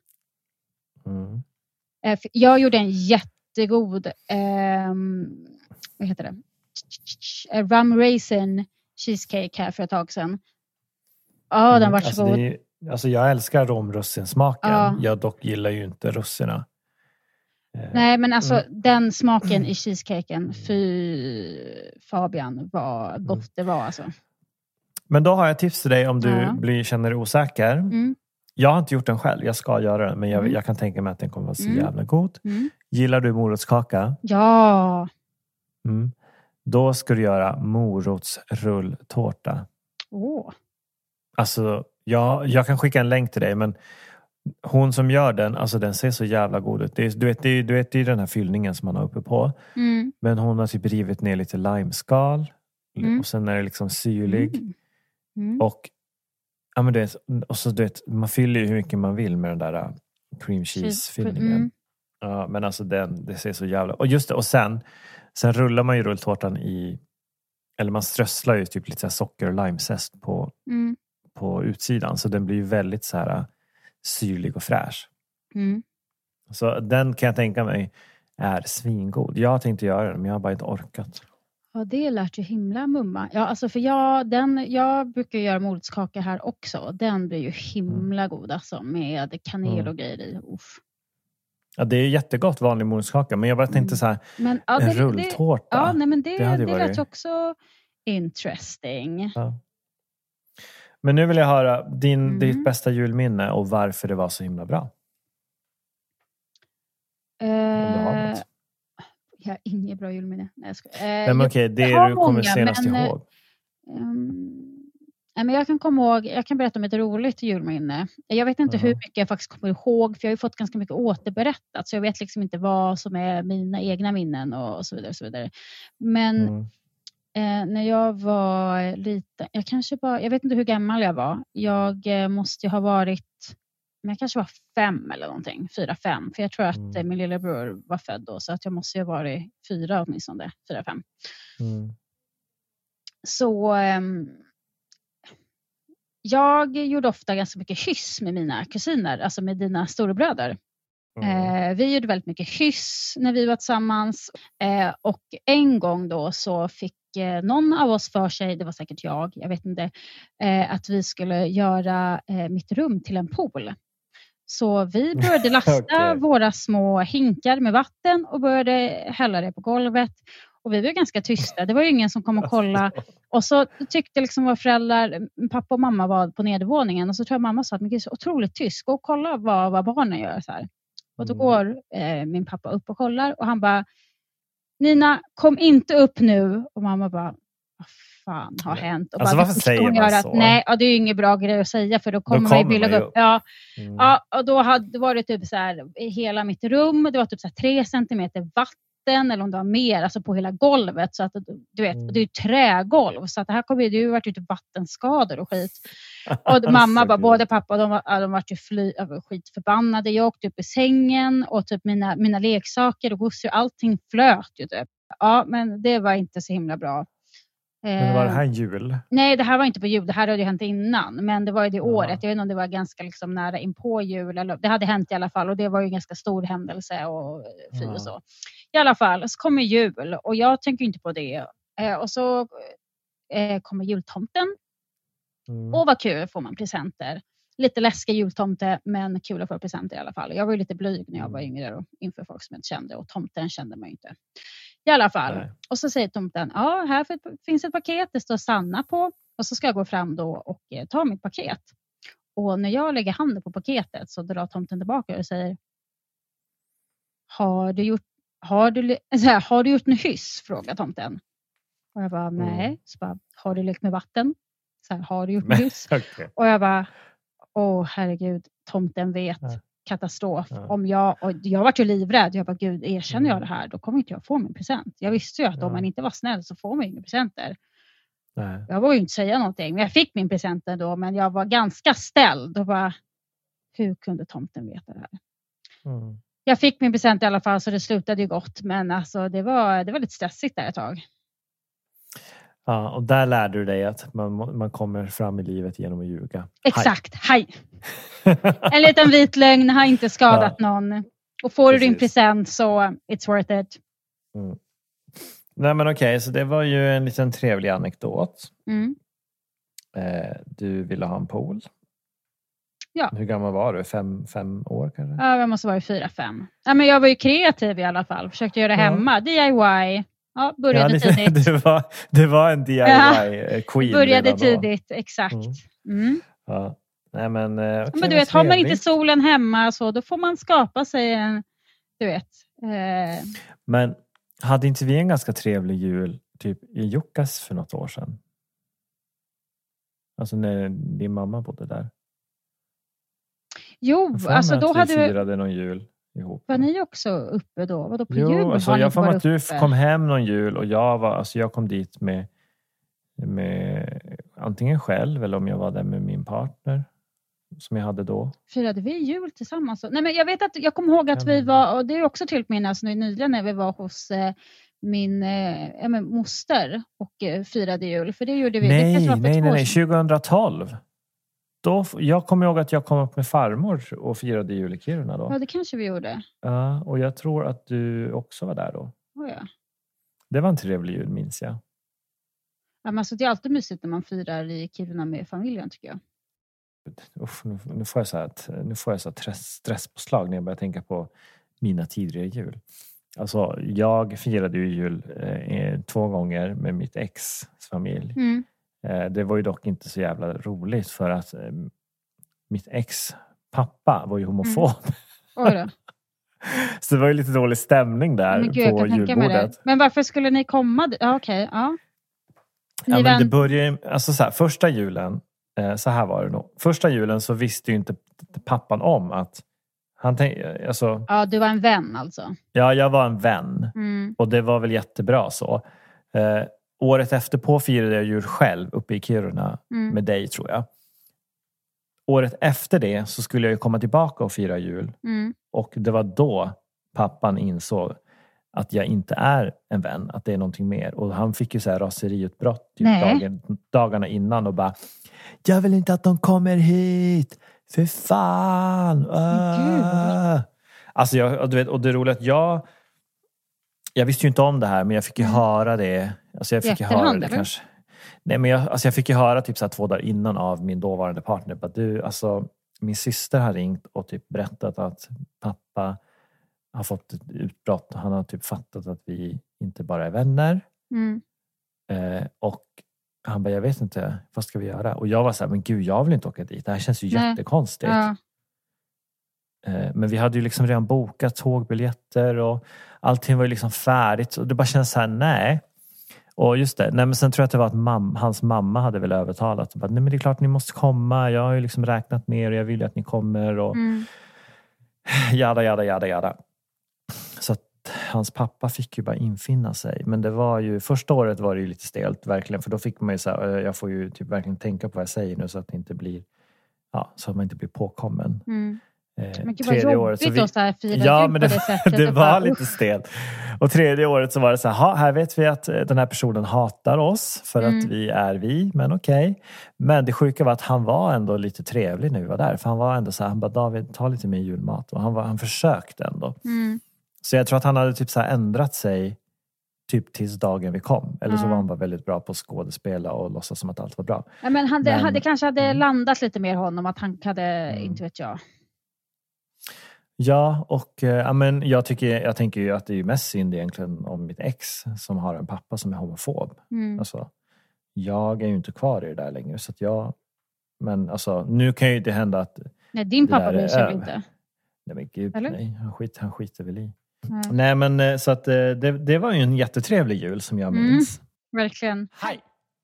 Jag gjorde en jättegod vad heter det? Rum raisin cheesecake här för ett tag sedan. Ja, den var så god. Alltså jag älskar romrussinsmaken. Jag dock gillar ju inte russina. Nej, men alltså den smaken i cheesecaken, fy Fabian, vad gott det var alltså. Men då har jag tips till dig om du känner dig osäker. Jag har inte gjort den själv, jag ska göra den. Men jag kan tänka mig att den kommer vara så jävla god. Gillar du morotskaka? Ja. Då ska du göra morotsrulltårta. Alltså, jag kan skicka en länk till dig, men hon som gör den, alltså den ser så jävla god ut. Du vet, det är ju den här fyllningen som man har uppe på. Men hon har typ rivit ner lite limeskal. Och sen är det liksom syrlig. Och ja, men och så du vet, man fyller ju hur mycket man vill med den där cream cheese-fyllningen. Ja, men alltså det ser så jävla... Och just det, och sen rullar man ju rulltårtan i... Eller man strösslar ju typ lite så här socker och limezest på utsidan. Så den blir ju väldigt så här syrlig och fräsch. Så den kan jag tänka mig är svingod. Jag tänkte göra den, men jag har bara inte orkat. Ja, det lät ju himla mumma. Ja, alltså för jag brukar göra morotskaka här också. Den blir ju himla god alltså, med kanel och grejer i. Uff. Ja, det är jättegott vanlig morotskaka, men jag bara tänkte så här, en rulltårta. Ja, nej, men det lät också interesting. Ja. Men nu vill jag höra ditt bästa julminne och varför det var så himla bra. Om du har något. Jag har inget bra julminne. Nej, men okej, det är du kommer senast ihåg. Men jag kan komma ihåg, jag kan berätta om ett roligt julminne. Jag vet inte hur mycket jag faktiskt kommer ihåg, för jag har ju fått ganska mycket återberättat, så jag vet liksom inte vad som är mina egna minnen och så vidare och så vidare. Men när jag var liten, jag vet inte hur gammal jag var. Jag måste ju ha varit, men jag kanske var 5 eller någonting, 4-5. För jag tror att min lillebror var född då, så att jag måste ju ha varit 4 åtminstone, 4-5. Så jag gjorde ofta ganska mycket hyss med mina kusiner, alltså med dina storebröder. Vi gjorde väldigt mycket hyss när vi var tillsammans. Och en gång då så fick någon av oss för sig, det var säkert jag vet inte, att vi skulle göra mitt rum till en pool. Så vi började lasta våra små hinkar med vatten och började hälla det på golvet. Och vi var ganska tysta. Det var ju ingen som kom och kolla. Och så tyckte liksom våra föräldrar, pappa och mamma var på nedervåningen. Och så tror jag mamma sa att det är så otroligt tyst. Gå och kolla vad barnen gör så här. Och då går min pappa upp och kollar. Och han bara, Nina, kom inte upp nu. Och mamma bara, vad fan har hänt? Och alltså bara, varför säger man så? Nej, det är ju ingen bra grej att säga. För då kommer man ju bilda upp. Ja, och då var det typ så här, hela mitt rum. Det var typ så här 3 centimeter vatten. Eller om det var mer, alltså på hela golvet. Så att du vet, det är ju trägolv. Så att det här kommer ju varit ute vattenskador och skit. Och mamma, bara, både pappa, de var ju skitförbannade. Jag åkte upp i sängen och typ mina leksaker och gossor, allting flöt ju typ. Ja, men det var inte så himla bra. Men var det här jul? Nej, det här var inte på jul. Det här hade ju hänt innan. Men det var ju det året. Jag vet inte om det var ganska liksom nära in på jul. Eller, det hade hänt i alla fall. Och det var ju en ganska stor händelse och fy och så. I alla fall, så kommer jul. Och jag tänker inte på det. Och så kommer jultomten. Och vad kul, får man presenter. Lite läskig jultomte, men kul att få presenter i alla fall. Jag var ju lite blyg när jag var yngre och inför folk som jag inte kände. Och tomten kände man ju inte. I alla fall. Nej. Och så säger tomten, här finns ett paket. Det står Sanna på. Och så ska jag gå fram då och ta mitt paket. Och när jag lägger handen på paketet så drar tomten tillbaka och säger, Har du gjort en hyss? Frågar tomten. Och jag bara, nej. Så bara, har du lekt med vatten? Så här, har du gjort en hyss? Okay. Och jag bara, herregud, tomten vet. Katastrof. Jag var ju livrädd. Jag bara, gud, erkänner jag det här, då kommer inte jag få min present. Jag visste ju att om man inte var snäll så får man inga presenter. Nej. Jag vågade ju inte säga någonting. Men jag fick min present då, men jag var ganska ställd. Och bara, hur kunde tomten veta det här? Jag fick min present i alla fall, så det slutade ju gott. Men alltså, det var lite stressigt där ett tag. Ja, och där lärde du dig att man kommer fram i livet genom att ljuga. Exakt, hej. En liten vit lögn har inte skadat någon. Och får du din present så it's worth it. Nej men okej, så det var ju en liten trevlig anekdot. Du ville ha en pool. Ja. Hur gammal var du? 5 år kanske? Ja, jag måste vara 4-5. Ja, men jag var ju kreativ i alla fall. Försökte göra det hemma. DIY. Ja, började tidigt. Det var en DIY-queen. Började tidigt, exakt. Ja. Nej, men du vet, har man inte solen hemma så då får man skapa sig en, du vet. Men hade inte vi en ganska trevlig jul typ i Jukkas för något år sedan? Alltså när din mamma bodde där. Jo, alltså då hade vi firade någon jul ihop. Var ni också uppe då? Vadå på jul? Alltså jag får att du kom hem någon jul och jag kom dit med antingen själv eller om jag var där med min partner som jag hade då. Firade vi jul tillsammans? Nej, men jag vet att jag kommer ihåg att vi var, och det är också till minnas nu nyligen när vi var hos min moster och firade jul, för det gjorde vi. Nej, 2012. jag kommer ihåg att jag kom upp med farmor och firade jul i Kiruna då. Ja, det kanske vi gjorde. Ja, och jag tror att du också var där då. Oh, ja. Det var en trevlig jul, minns jag. Ja, men alltså, det är alltid mysigt när man firar i Kiruna med familjen, tycker jag. Nu får jag så här stresspåslag när jag börjar tänka på mina tidigare jul. Alltså, jag firade ju jul 2 gånger med mitt ex familj. Det var ju dock inte så jävla roligt för att mitt ex pappa var ju homofob. Oj då. Så det var ju lite dålig stämning där på julbordet. Men varför skulle ni komma? Ja, okej. Ja. Ja, men det började alltså så här, första julen, så här var det nog. Första julen så visste ju inte pappan om att han tänkte, alltså. Ja, du var en vän alltså. Ja, jag var en vän. Och det var väl jättebra så. Året efter på firade jag jul själv uppe i Kiruna med dig, tror jag. Året efter det så skulle jag ju komma tillbaka och fira jul. Och det var då pappan insåg att jag inte är en vän, att det är någonting mer. Och han fick ju så här raseriutbrott typ dagarna innan och bara, jag vill inte att de kommer hit, för fan. Alltså du vet, och det är roligt att jag visste ju inte om det här, men jag fick ju höra det. Alltså jag fick ju höra det kanske. Nej, men jag fick ju höra typ så här 2 dagar innan av min dåvarande partner. Bara, du, alltså min syster har ringt och typ berättat att pappa har fått ett utbrott. Han har typ fattat att vi inte bara är vänner. Och han bara, jag vet inte, vad ska vi göra? Och jag var så här, men gud, jag vill inte åka dit. Det här känns ju jättekonstigt. Ja. Men vi hade ju liksom redan bokat tågbiljetter och allting var ju liksom färdigt. Och det bara känns så här, nej. Och just det, nej, men sen tror jag att det var att hans mamma hade väl övertalat. Bara, nej, men det är klart ni måste komma. Jag har ju liksom räknat med er och jag vill ju att ni kommer. Och jada. Så att hans pappa fick ju bara infinna sig. Men det var ju, första året var det ju lite stelt verkligen. För då fick man ju så här, jag får ju typ verkligen tänka på vad jag säger nu så att det inte blir, så att man inte blir påkommen. Men gud, vad jobbigt då så här fira jul men på det sättet. Det var lite stelt. Och 3:e året så var det så här vet vi att den här personen hatar oss för att vi är vi, men okej. Men det sjuka var att han var ändå lite trevlig när vi var där. För han var ändå så här, han bara, David, ta lite mer julmat. Och han försökte ändå. Så jag tror att han hade typ så här ändrat sig typ tills dagen vi kom. Eller så var han bara väldigt bra på att skådespela och låtsas som att allt var bra. Ja, men han kanske hade landat lite mer honom, att han hade, inte vet jag. Ja, och men jag tänker ju att det är mest synd egentligen om mitt ex som har en pappa som är homofob. Alltså, jag är ju inte kvar i det där längre, så att men alltså, nu kan ju det hända att nej, din pappa bryr sig inte. Nej, men gud, nej, han skiter väl i. Nej, men så att det var ju en jättetrevlig jul som jag minns. Verkligen. Hej.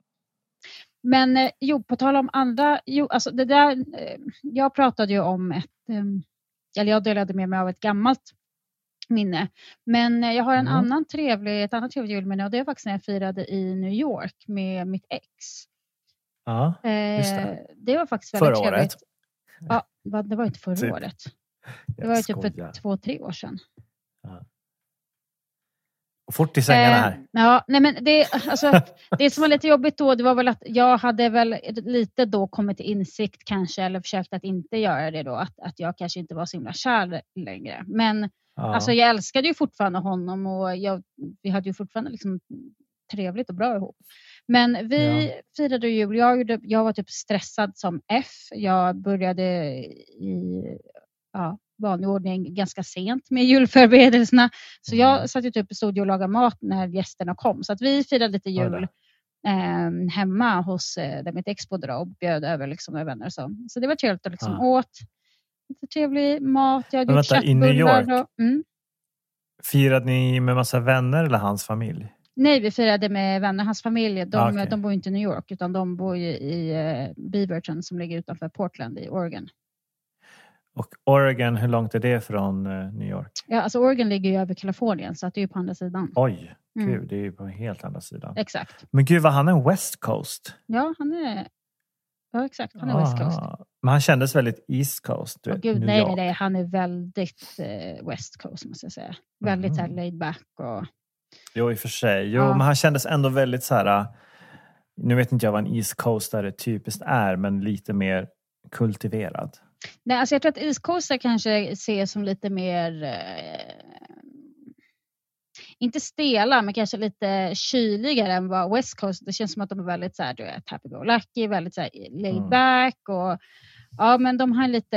Men på tal om andra, alltså det där, jag pratade ju om eller jag delade med mig av ett gammalt minne. Men jag har ett annat trevligt julminne, och det var faktiskt när jag firade i New York med mitt ex. Ja, just det. Det var faktiskt väldigt förra trevligt. Året? Ja, det var inte förra året. Det var typ för 2-3 år sedan. Ja. Och fort i sängarna här. Ja, nej, men det som var lite jobbigt då, det var väl att jag hade väl lite då kommit till insikt kanske, eller försökt att inte göra det då, att jag kanske inte var så himla kär längre. Men alltså jag älskade ju fortfarande honom, och vi hade ju fortfarande liksom trevligt och bra ihop. Men vi firade jul. Jag var typ stressad som F. Jag började i vanlig ordning ganska sent med julförberedelserna. Så jag satt ju typ i studio och lagade mat när gästerna kom. Så att vi firade lite jul hemma hos där mitt ex bodde och bjöd över liksom med vänner. Så det var trevligt att liksom åt lite trevlig mat. Jag hade gjort köttbullar. I New York? Firade ni med massa vänner eller hans familj? Nej, vi firade med vänner. Hans familj, de bor inte i New York, utan de bor ju i Beaverton som ligger utanför Portland i Oregon. Och Oregon, hur långt är det från New York? Ja, alltså Oregon ligger ju över Kalifornien, så att det är ju på andra sidan. Oj, gud, det är ju på helt andra sidan. Exakt. Men gud, var han en West Coast? Ja, exakt, han är West Coast. Men han kändes väldigt East Coast. Gud, nej, han är väldigt West Coast, måste jag säga. Väldigt så här laid back och... Jo, i och för sig. Men han kändes ändå väldigt så här... Nu vet inte jag vad en East Coastare typiskt är, men lite mer kultiverad. Nej, alltså jag tror att East Coast kanske ses som lite mer inte stela, men kanske lite kyligare än vad West Coast. Det känns som att de är väldigt så här, du vet, happy-go-lucky, väldigt så här laid back och ja, men de har lite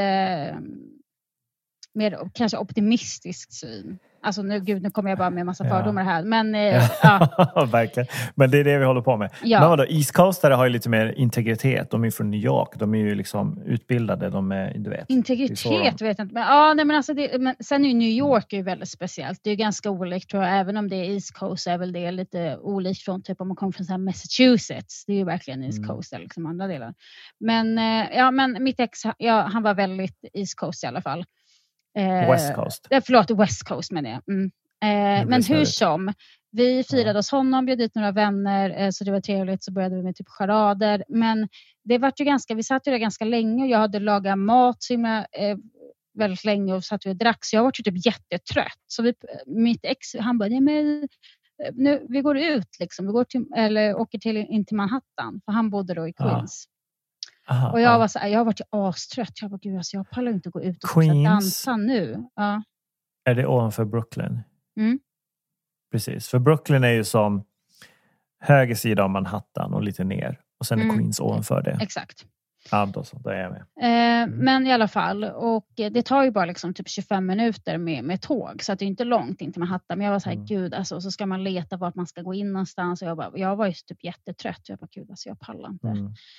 mer kanske optimistisk syn. Alltså nu kommer jag bara med en massa fördomar här. Men ja. Verkligen. Men det är det vi håller på med. Ja. Men vadå, East Coastare har ju lite mer integritet. De är från New York. De är ju liksom utbildade. De är, du vet. Integritet vet jag inte. Men, ja, nej, men alltså men sen är ju New York ju väldigt speciellt. Det är ju ganska olikt tror jag. Även om det är East Coast är väl det lite olikt från typ om man kommer från så här Massachusetts. Det är ju verkligen East Coast eller liksom andra delar. Men men mitt ex, han var väldigt East Coast i alla fall. West Coast. Förlåt, West Coast menar jag. Men hur som, vi firade hos honom, bjöd dit några vänner, så det var trevligt, så började vi med typ charader. Men det var ju vi satt ju där ganska länge och jag hade lagat mat så väldigt länge och satt vi och drack, så jag var ju typ jättetrött. Så mitt ex, han bara, nej men nu, vi går ut liksom, vi går till, eller åker in till Manhattan, för han bodde då i Queens. Aha, och jag var så här, jag har varit astrött. Jag bara, gud, alltså, jag pallar inte gå ut och dansa nu. Ja. Är det ovanför Brooklyn? Mm. Precis, för Brooklyn är ju som höger sida av Manhattan och lite ner. Och sen är Queens ovanför det. Exakt. Ja, då är jag med. Men i alla fall, och det tar ju bara liksom typ 25 minuter med tåg, så att det är inte långt in till Manhattan. Men jag var så här, gud, alltså, så ska man leta vart man ska gå in någonstans. Och jag var ju typ jättetrött. Jag bara, gud, alltså, jag pallar inte.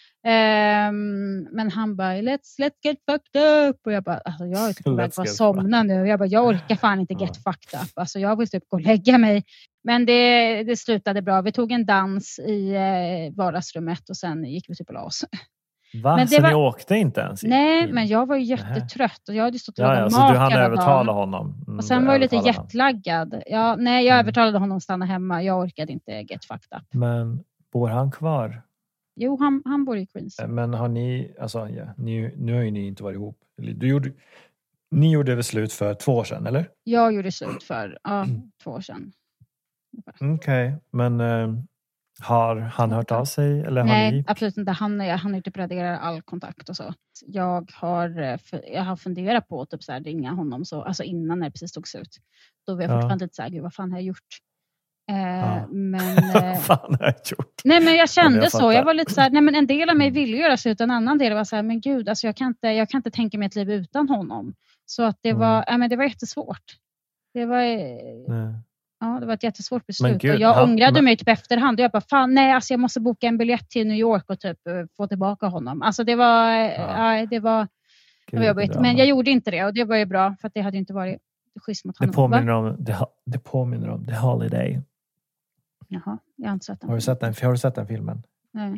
Men han bara, let's get fucked up. Och jag bara, alltså, jag är typ på väg för att somna nu. Jag bara, jag orkar fan inte get fucked up. Alltså, jag vill typ gå och lägga mig. Men det slutade bra. Vi tog en dans i vardagsrummet och sen gick vi typ och la oss. Va? Men så ni åkte inte ens? Nej, men jag var ju jättetrött och jag hade stått och lagat mat. Så du hann övertala honom? Och sen var jag lite jetlaggad. Jag övertalade honom att stanna hemma. Jag orkade inte get fucked up. Men bor han kvar? Jo, han bor i Queens. Men har ni, alltså, nu har ju ni inte varit ihop. Ni gjorde väl slut för 2 år sedan, eller? Jag gjorde slut för 2 år sedan. Okej, men har han hört av sig? Eller nej, har ni... absolut inte. Han är typ raderar all kontakt och så. Jag har funderat på att typ så här ringa honom så, alltså innan det precis tog slut. Då var jag fortfarande lite så här, gud, vad fan har jag gjort? Men vad fan har jag gjort? Nej, men jag kände så. Jag var lite så här, nej, men en del av mig ville göra slut, en annan del var så här, men gud, alltså jag kan inte tänka mig ett liv utan honom. Så att det var jättesvårt. Det var det var ett jättesvårt beslut. Gud, och jag ångrade mig typ efterhand. Och jag bara, fan nej, alltså jag måste boka en biljett till New York och typ få tillbaka honom. Alltså det var jobbigt. Men jag gjorde inte det och det var ju bra, för att det hade inte varit schysst mot honom. Det påminner om The Holiday. Jaha, jag har inte sett den. Har du sett den filmen? Nej.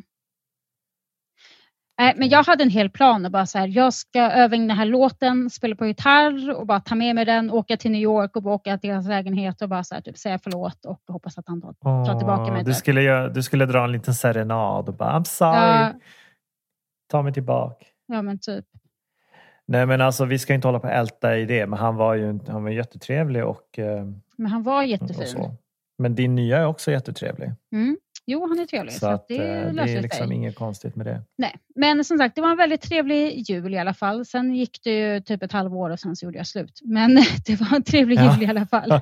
Men jag hade en hel plan och bara så här, jag ska öva in den här låten, spela på gitarr och bara ta med mig den, åka till New York och åka till hans lägenhet och bara så här, typ säga förlåt och hoppas att han tar tillbaka mig. Du skulle dra en liten serenad och bara, I'm sorry. Ta mig tillbaka. Ja, men typ. Nej, men alltså vi ska inte hålla på att älta i det, men han var jättetrevlig och... Men han var jättefin. Men din nya är också jättetrevlig. Mm. Jo, han är trevlig. Så att det är liksom inget konstigt med det. Nej, men som sagt, det var en väldigt trevlig jul i alla fall. Sen gick det ju typ ett halvår och sen så gjorde jag slut. Men det var en trevlig jul i alla fall.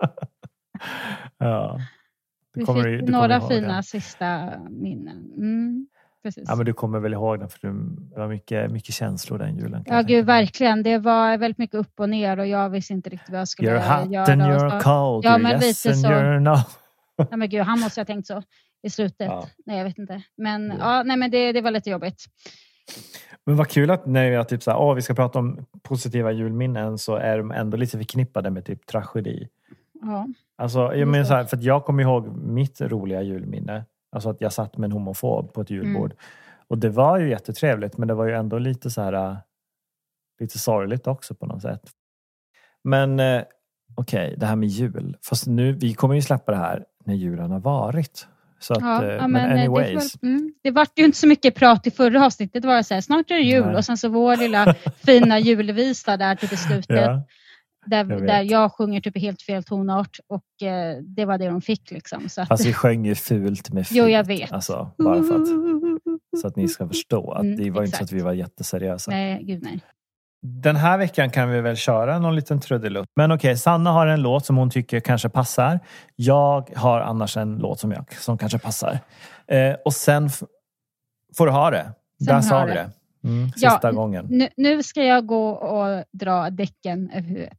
Ja. Vi fick några fina sista minnen. Precis. Ja, men du kommer väl ihåg den, för det var mycket känslor den julen. Ja, gud, verkligen. Det var väldigt mycket upp och ner och jag visste inte riktigt vad jag skulle göra. You're hot and you're cold, ja, you're men yes lite and så. you're no. Ja, men gud, han måste ha tänkt så i slutet. Ja. Nej, jag vet inte. Men men det var lite jobbigt. Men vad kul att när jag typ så här, vi ska prata om positiva julminnen, så är de ändå lite förknippade med typ tragedi. Ja. Alltså, jag menar så här, för att jag kommer ihåg mitt roliga julminne. Alltså att jag satt med en homofob på ett julbord. Och det var ju jättetrevligt, men det var ju ändå lite så här, lite sorgligt också på något sätt. Men okej, det här med jul. Fast nu, vi kommer ju släppa det här när julen har varit. Så att, men anyways. Det var ju inte så mycket prat i förra avsnittet. Det var så här, snart är det jul. Nej. Och sen så vår lilla fina julvisa där typ i slutet. Ja. Där jag sjunger typ helt fel tonart. Och det var det de fick liksom. Så att... Fast vi sjöng ju fult med fult. Jo, jag vet. Alltså, bara för att... Så att ni ska förstå att det var inte så att vi var jätteseriösa. Nej, gud nej. Den här veckan kan vi väl köra någon liten trudelutt. Men okej, Sanna har en låt som hon tycker kanske passar. Jag har annars en låt som kanske passar. Och sen får du ha det. Där sa vi det. Sista gången. Nu ska jag gå och dra däcken över huvudet.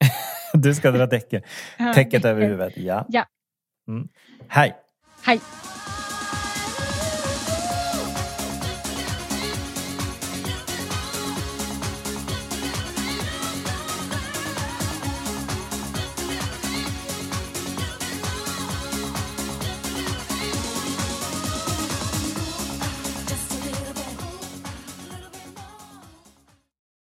Du ska dra täcket över huvudet. Ja. Ja. Hej. Hej.